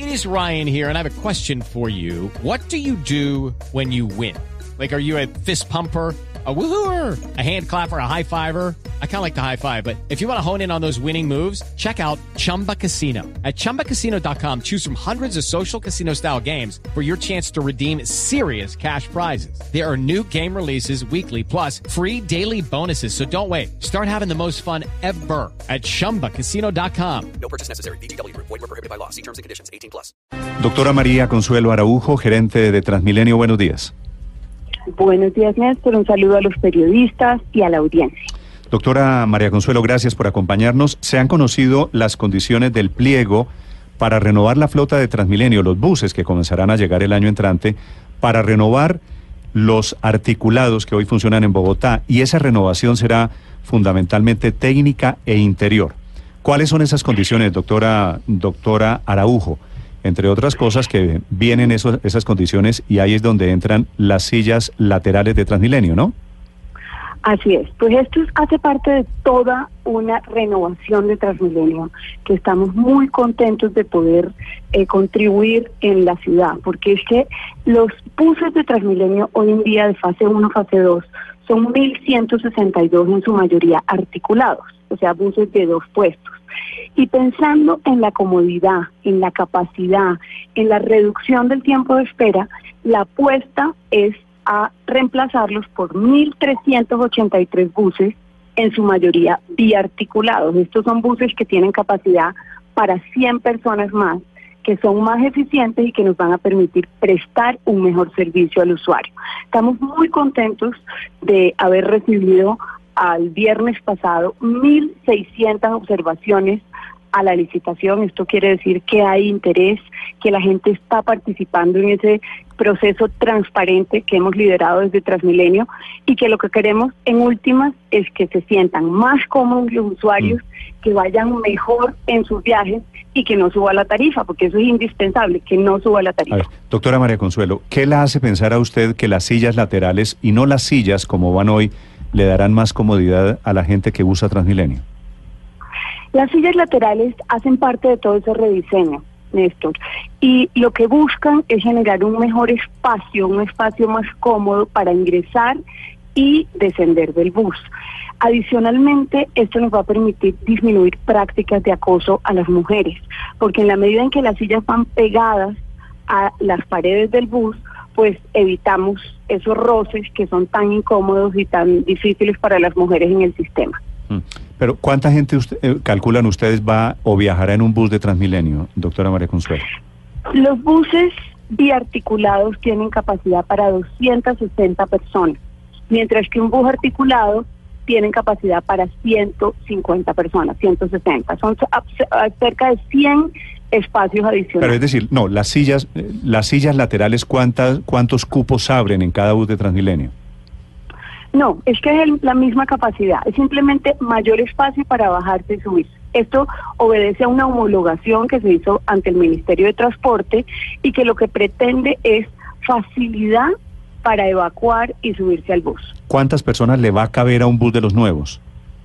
It is Ryan here, and I have a question for you. What do you do when you win? Like, are you a fist pumper, a woohooer, a hand clapper, a high fiver? I kind of like the high five, but if you want to hone in on those winning moves, check out Chumba Casino. At ChumbaCasino.com, choose from hundreds of social casino-style games for your chance to redeem serious cash prizes. There are new game releases weekly, plus free daily bonuses, so don't wait. Start having the most fun ever at ChumbaCasino.com. No purchase necessary. VGW Group. Void where prohibited by law. See terms and conditions. 18+. Doctora María Consuelo Araujo, gerente de Transmilenio, buenos días. Buenos días, Néstor. Un saludo a los periodistas y a la audiencia. Doctora María Consuelo, gracias por acompañarnos. Se han conocido las condiciones del pliego para renovar la flota de Transmilenio, los buses que comenzarán a llegar el año entrante, para renovar los articulados que hoy funcionan en Bogotá, y esa renovación será fundamentalmente técnica e interior. ¿Cuáles son esas condiciones, doctora Araujo? Entre otras cosas que vienen esas condiciones, y ahí es donde entran las sillas laterales de Transmilenio, ¿no? Así es, pues esto hace parte de toda una renovación de Transmilenio, que estamos muy contentos de poder contribuir en la ciudad, porque es que los buses de Transmilenio hoy en día de fase 1, fase 2, son 1.162 en su mayoría articulados, o sea, buses de 2 puestos. Y pensando en la comodidad, en la capacidad, en la reducción del tiempo de espera, la apuesta es a reemplazarlos por 1.383 buses, en su mayoría biarticulados. Estos son buses que tienen capacidad para 100 personas más, que son más eficientes y que nos van a permitir prestar un mejor servicio al usuario. Estamos muy contentos de haber recibido al viernes pasado 1.600 observaciones a la licitación. Esto quiere decir que hay interés, que la gente está participando en ese proceso transparente que hemos liderado desde Transmilenio, y que lo que queremos en últimas es que se sientan más cómodos los usuarios, que vayan mejor en sus viajes y que no suba la tarifa, porque eso es indispensable, que no suba la tarifa. A ver, doctora María Consuelo, ¿qué la hace pensar a usted que las sillas laterales y no las sillas como van hoy le darán más comodidad a la gente que usa Transmilenio? Las sillas laterales hacen parte de todo ese rediseño, Néstor, y lo que buscan es generar un mejor espacio, un espacio más cómodo para ingresar y descender del bus. Adicionalmente, esto nos va a permitir disminuir prácticas de acoso a las mujeres, porque en la medida en que las sillas van pegadas a las paredes del bus, pues evitamos esos roces que son tan incómodos y tan difíciles para las mujeres en el sistema. Pero ¿cuánta gente calculan ustedes va o viajará en un bus de Transmilenio, doctora María Consuelo? Los buses biarticulados tienen capacidad para 260 personas, mientras que un bus articulado tienen capacidad para 150 personas, 160. Son cerca de 100 espacios adicionales. Pero es decir, no, las sillas laterales, ¿cuántos cupos abren en cada bus de Transmilenio? No, es que es la misma capacidad, es simplemente mayor espacio para bajarse y subirse. Esto obedece a una homologación que se hizo ante el Ministerio de Transporte y que lo que pretende es facilidad para evacuar y subirse al bus. ¿Cuántas personas le va a caber a un bus de los nuevos?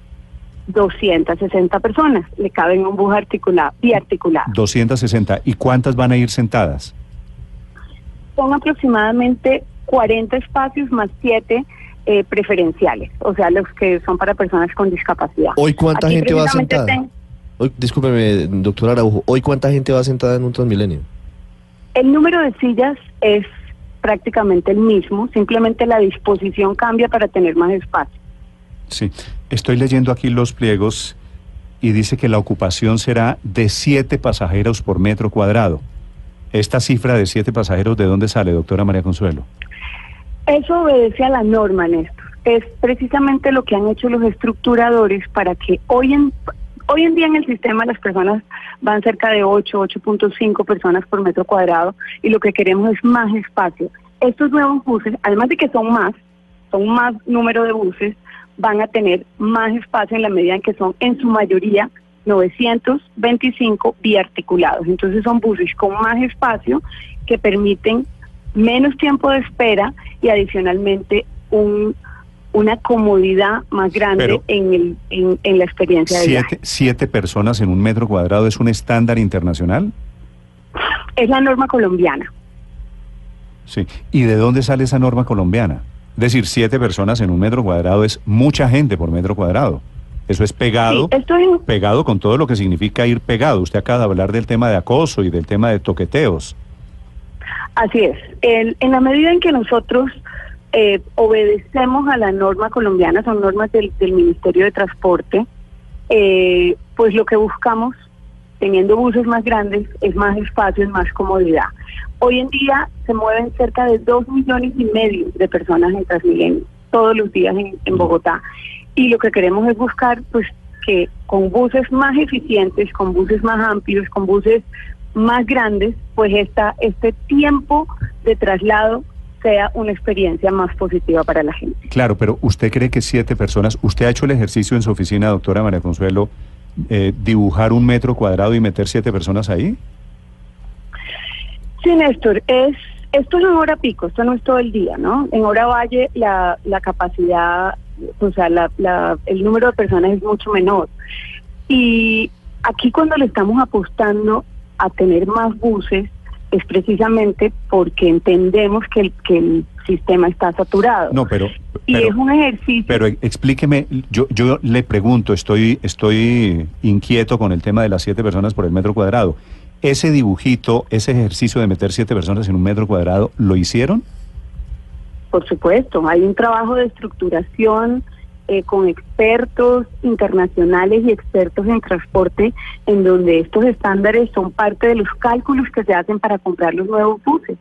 260 personas le caben en un bus biarticulado. 260. ¿Y cuántas van a ir sentadas? Son aproximadamente 40 espacios más 7 preferenciales, o sea, los que son para personas con discapacidad. ¿Hoy cuánta gente va sentada? Hoy, discúlpeme, doctora Araujo, ¿hoy cuánta gente va sentada en un Transmilenio? El número de sillas es prácticamente el mismo, simplemente la disposición cambia para tener más espacio. Sí, estoy leyendo aquí los pliegos y dice que la ocupación será de 7 pasajeros por metro cuadrado. ¿Esta cifra de 7 pasajeros de dónde sale, doctora María Consuelo? Eso obedece a la norma, Néstor. Es precisamente lo que han hecho los estructuradores para que hoy en día en el sistema las personas van cerca de 8.5 personas por metro cuadrado, y lo que queremos es más espacio. Estos nuevos buses, además de que son más número de buses, van a tener más espacio en la medida en que son en su mayoría 925 biarticulados. Entonces son buses con más espacio que permiten menos tiempo de espera y adicionalmente una comodidad más grande. Pero en la experiencia de viaje. 7 personas en un metro cuadrado es un estándar internacional. Es la norma colombiana. Sí. ¿Y de dónde sale esa norma colombiana? Es decir, 7 personas en un metro cuadrado es mucha gente por metro cuadrado. Eso es pegado, sí, pegado con todo lo que significa ir pegado. Usted acaba de hablar del tema de acoso y del tema de toqueteos. Así es. En la medida en que nosotros obedecemos a la norma colombiana, son normas del Ministerio de Transporte, pues lo que buscamos, teniendo buses más grandes, es más espacio, es más comodidad. Hoy en día se mueven cerca de 2,5 millones de personas en Transmilenio, todos los días en Bogotá. Y lo que queremos es buscar, pues, que con buses más eficientes, con buses más amplios, con buses más grandes, pues este tiempo de traslado sea una experiencia más positiva para la gente. Claro, pero ¿usted cree que 7 personas, usted ha hecho el ejercicio en su oficina, doctora María Consuelo, dibujar un metro cuadrado y meter 7 personas ahí? Sí, Néstor, esto es en hora pico, esto no es todo el día, ¿no? En hora valle la capacidad, o sea, el número de personas es mucho menor. Y aquí cuando le estamos apostando a tener más buses, es precisamente porque entendemos que el sistema está saturado. No, pero es un ejercicio. Pero explíqueme, yo le pregunto, estoy inquieto con el tema de las 7 personas por el metro cuadrado. ¿Ese dibujito, ese ejercicio de meter 7 personas en un metro cuadrado, lo hicieron? Por supuesto, hay un trabajo de estructuración con expertos internacionales y expertos en transporte, en donde estos estándares son parte de los cálculos que se hacen para comprar los nuevos buses.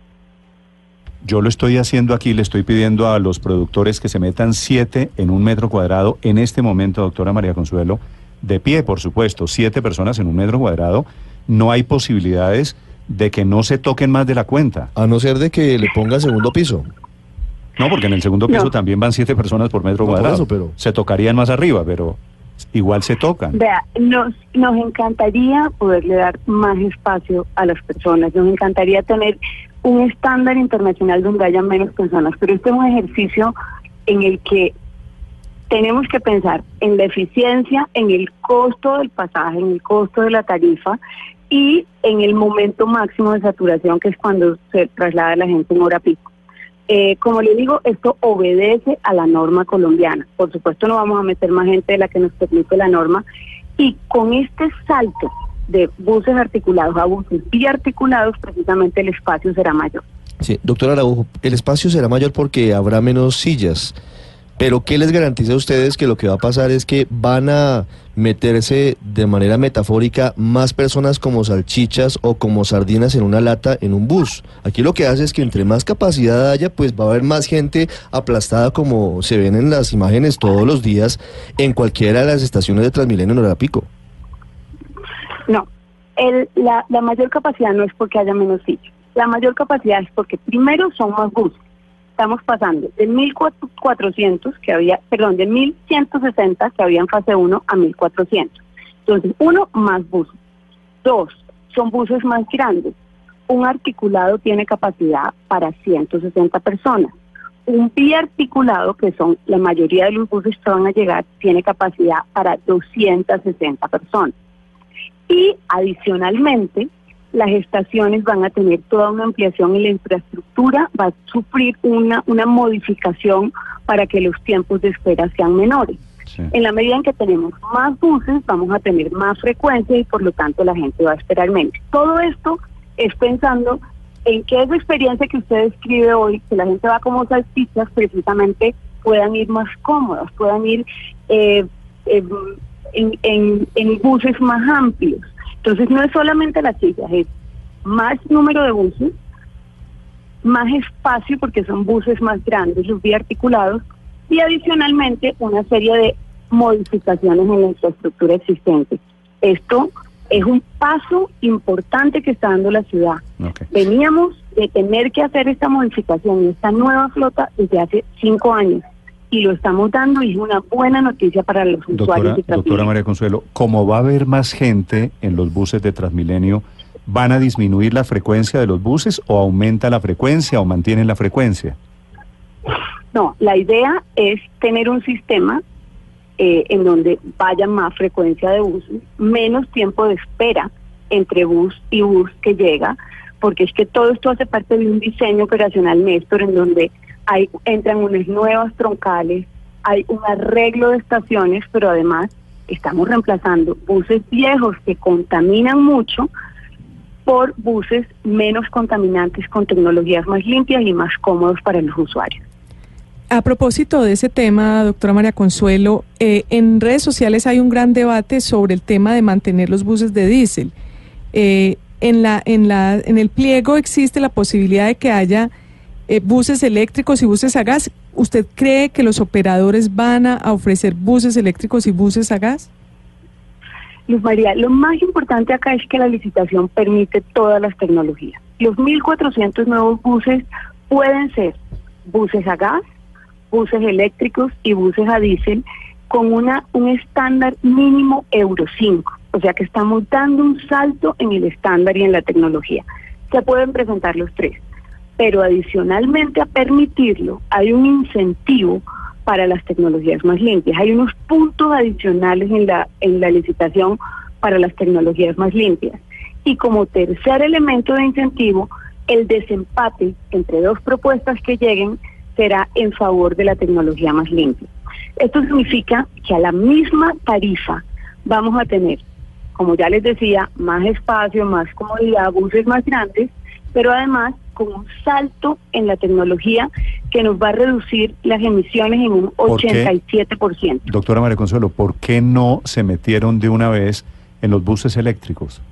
Yo lo estoy haciendo aquí, le estoy pidiendo a los productores que se metan 7 en un metro cuadrado en este momento, doctora María Consuelo, de pie, por supuesto, 7 personas en un metro cuadrado. No hay posibilidades de que no se toquen más de la cuenta. A no ser de que le ponga segundo piso. No, porque en el segundo piso también van 7 personas por metro cuadrado. Por eso, pero se tocarían más arriba, pero igual se tocan. Vea, nos encantaría poderle dar más espacio a las personas, nos encantaría tener un estándar internacional donde haya menos personas, pero este es un ejercicio en el que tenemos que pensar en la eficiencia, en el costo del pasaje, en el costo de la tarifa y en el momento máximo de saturación, que es cuando se traslada la gente en hora pico. Como le digo, esto obedece a la norma colombiana. Por supuesto no vamos a meter más gente de la que nos permite la norma, y con este salto de buses articulados a buses biarticulados, precisamente el espacio será mayor. Sí, doctora Araujo, el espacio será mayor porque habrá menos sillas, pero ¿qué les garantiza a ustedes que lo que va a pasar es que van a meterse de manera metafórica más personas como salchichas o como sardinas en una lata en un bus? Aquí lo que hace es que entre más capacidad haya, pues va a haber más gente aplastada, como se ven en las imágenes todos los días en cualquiera de las estaciones de Transmilenio en hora pico. No, la mayor capacidad no es porque haya menos sillas. La mayor capacidad es porque primero son más buses. Estamos pasando de 1.400 que había, perdón, de 1.160 que había en fase 1 a 1.400. Entonces, 1, más buses. 2, son buses más grandes. Un articulado tiene capacidad para 160 personas. Un biarticulado, que son la mayoría de los buses que van a llegar, tiene capacidad para 260 personas. Y adicionalmente, las estaciones van a tener toda una ampliación y la infraestructura va a sufrir una modificación para que los tiempos de espera sean menores. Sí. En la medida en que tenemos más buses, vamos a tener más frecuencia y por lo tanto la gente va a esperar menos. Todo esto es pensando en que esa experiencia que usted describe hoy, que la gente va como salchichas, precisamente puedan ir más cómodas, puedan ir en buses más amplios. Entonces no es solamente las sillas, es más número de buses, más espacio porque son buses más grandes, los biarticulados, y adicionalmente una serie de modificaciones en la infraestructura existente. Esto es un paso importante que está dando la ciudad. Okay. Veníamos de tener que hacer esta modificación y esta nueva flota desde hace 5 años. Y lo estamos dando y es una buena noticia para los usuarios de Transmilenio. Doctora María Consuelo, como va a haber más gente en los buses de Transmilenio, ¿van a disminuir la frecuencia de los buses o aumenta la frecuencia o mantienen la frecuencia? No, la idea es tener un sistema en donde vaya más frecuencia de buses, menos tiempo de espera entre bus y bus que llega, porque es que todo esto hace parte de un diseño operacional, Néstor, en donde entran unas nuevas troncales, hay un arreglo de estaciones, pero además estamos reemplazando buses viejos que contaminan mucho por buses menos contaminantes con tecnologías más limpias y más cómodos para los usuarios. A propósito de ese tema, doctora María Consuelo, en redes sociales hay un gran debate sobre el tema de mantener los buses de diésel. En el pliego existe la posibilidad de que haya buses eléctricos y buses a gas. ¿Usted cree que los operadores van a ofrecer buses eléctricos y buses a gas? Luz María, lo más importante acá es que la licitación permite todas las tecnologías. Los 1.400 nuevos buses pueden ser buses a gas, buses eléctricos y buses a diésel con un estándar mínimo Euro 5. O sea que estamos dando un salto en el estándar y en la tecnología. Se pueden presentar los tres, pero adicionalmente a permitirlo hay un incentivo para las tecnologías más limpias. Hay unos puntos adicionales en la licitación para las tecnologías más limpias. Y como tercer elemento de incentivo, el desempate entre dos propuestas que lleguen será en favor de la tecnología más limpia. Esto significa que a la misma tarifa vamos a tener, como ya les decía, más espacio, más comodidad, buses más grandes, pero además con un salto en la tecnología que nos va a reducir las emisiones en un 87%. Doctora María Consuelo, ¿por qué no se metieron de una vez en los buses eléctricos?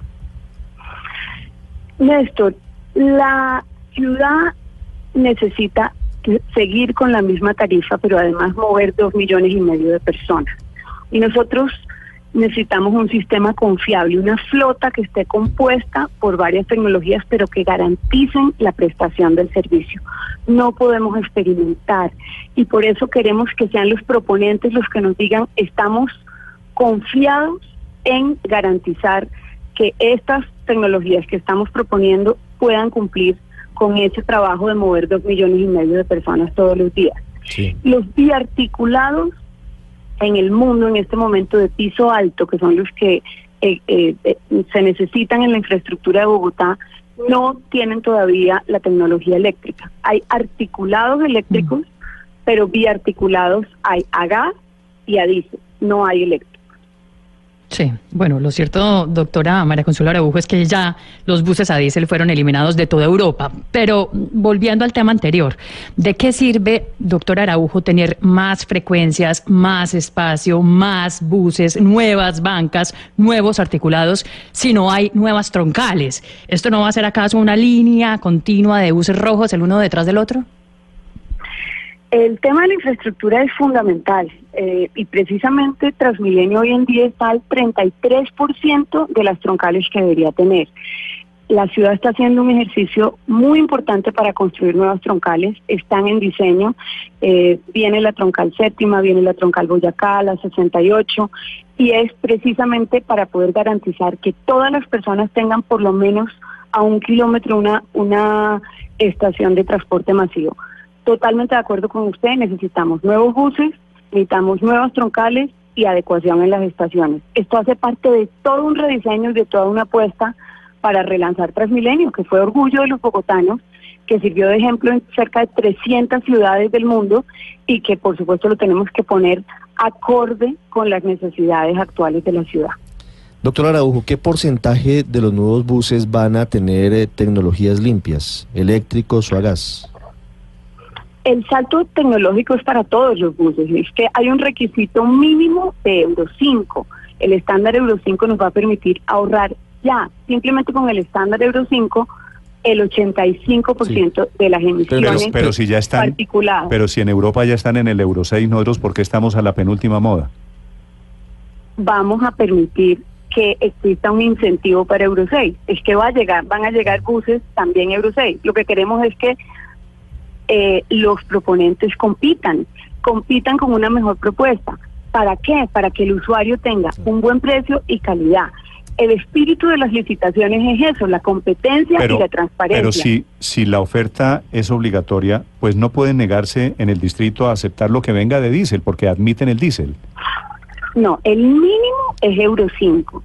Néstor, la ciudad necesita seguir con la misma tarifa, pero además mover 2,5 millones de personas. Y nosotros necesitamos un sistema confiable, una flota que esté compuesta por varias tecnologías, pero que garanticen la prestación del servicio. No podemos experimentar y por eso queremos que sean los proponentes los que nos digan, estamos confiados en garantizar que estas tecnologías que estamos proponiendo puedan cumplir con ese trabajo de mover 2,5 millones de personas todos los días. Sí. Los biarticulados en el mundo en este momento de piso alto, que son los que se necesitan en la infraestructura de Bogotá, no tienen todavía la tecnología eléctrica. Hay articulados eléctricos, pero biarticulados hay a gas y a diésel, no hay eléctricos. Sí, bueno, lo cierto, doctora María Consuelo Araujo, es que ya los buses a diésel fueron eliminados de toda Europa. Pero volviendo al tema anterior, ¿de qué sirve, doctora Araujo, tener más frecuencias, más espacio, más buses, nuevas bancas, nuevos articulados, si no hay nuevas troncales? ¿Esto no va a ser acaso una línea continua de buses rojos el uno detrás del otro? El tema de la infraestructura es fundamental y precisamente Transmilenio hoy en día está al 33% de las troncales que debería tener. La ciudad está haciendo un ejercicio muy importante para construir nuevas troncales, están en diseño, viene la troncal séptima, viene la troncal Boyacá, la 68, y es precisamente para poder garantizar que todas las personas tengan por lo menos a 1 kilómetro una estación de transporte masivo. Totalmente de acuerdo con usted, necesitamos nuevos buses, necesitamos nuevas troncales y adecuación en las estaciones. Esto hace parte de todo un rediseño, de toda una apuesta para relanzar Transmilenio, que fue orgullo de los bogotanos, que sirvió de ejemplo en cerca de 300 ciudades del mundo y que por supuesto lo tenemos que poner acorde con las necesidades actuales de la ciudad. Doctora Araujo, ¿qué porcentaje de los nuevos buses van a tener tecnologías limpias, eléctricos o a gas? El salto tecnológico es para todos los buses, es que hay un requisito mínimo de Euro 5. El estándar Euro 5 nos va a permitir ahorrar ya, simplemente con el estándar Euro 5, el 85% de las emisiones pero si ya están, particuladas. Pero si en Europa ya están en el Euro 6, nosotros, ¿por qué estamos a la penúltima moda? Vamos a permitir que exista un incentivo para Euro 6. Es que van a llegar buses también Euro 6. Lo que queremos es que los proponentes compitan con una mejor propuesta. ¿Para qué? Para que el usuario tenga un buen precio y calidad. El espíritu de las licitaciones es eso, la competencia y la transparencia. Pero si la oferta es obligatoria, pues no pueden negarse en el distrito a aceptar lo que venga de diésel, porque admiten el diésel. No, el mínimo es Euro 5.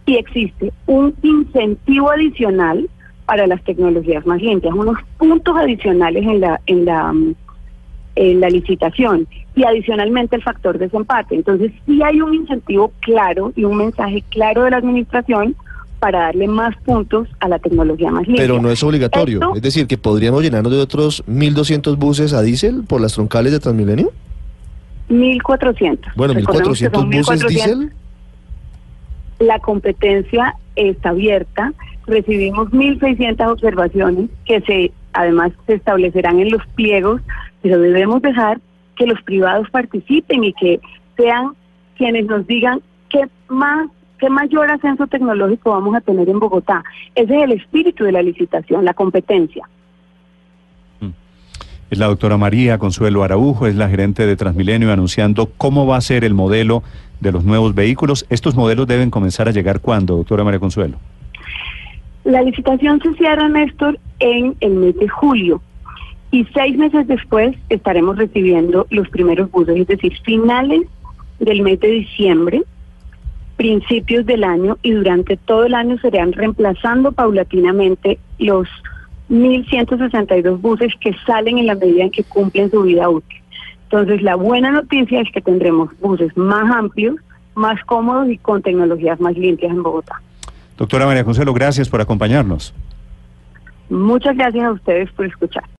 y existe un incentivo adicional para las tecnologías más limpias, unos puntos adicionales en la licitación y adicionalmente el factor desempate. Entonces sí hay un incentivo claro y un mensaje claro de la administración para darle más puntos a la tecnología más limpia. Pero no es obligatorio, es decir, que podríamos llenarnos de otros 1.200 buses a diésel por las troncales de Transmilenio. 1.400. Bueno, 1.400 buses diésel. La competencia está abierta, recibimos 1.600 observaciones que además se establecerán en los pliegos, pero debemos dejar que los privados participen y que sean quienes nos digan qué mayor ascenso tecnológico vamos a tener en Bogotá. Ese es el espíritu de la licitación, la competencia. Es la doctora María Consuelo Araujo, es la gerente de Transmilenio, anunciando cómo va a ser el modelo de los nuevos vehículos. ¿Estos modelos deben comenzar a llegar cuándo, doctora María Consuelo? La licitación se cierra, Néstor, en el mes de julio y 6 meses después estaremos recibiendo los primeros buses, es decir, finales del mes de diciembre, principios del año, y durante todo el año serán reemplazando paulatinamente los 1.162 buses que salen en la medida en que cumplen su vida útil. Entonces, la buena noticia es que tendremos buses más amplios, más cómodos y con tecnologías más limpias en Bogotá. Doctora María Consuelo, gracias por acompañarnos. Muchas gracias a ustedes por escuchar.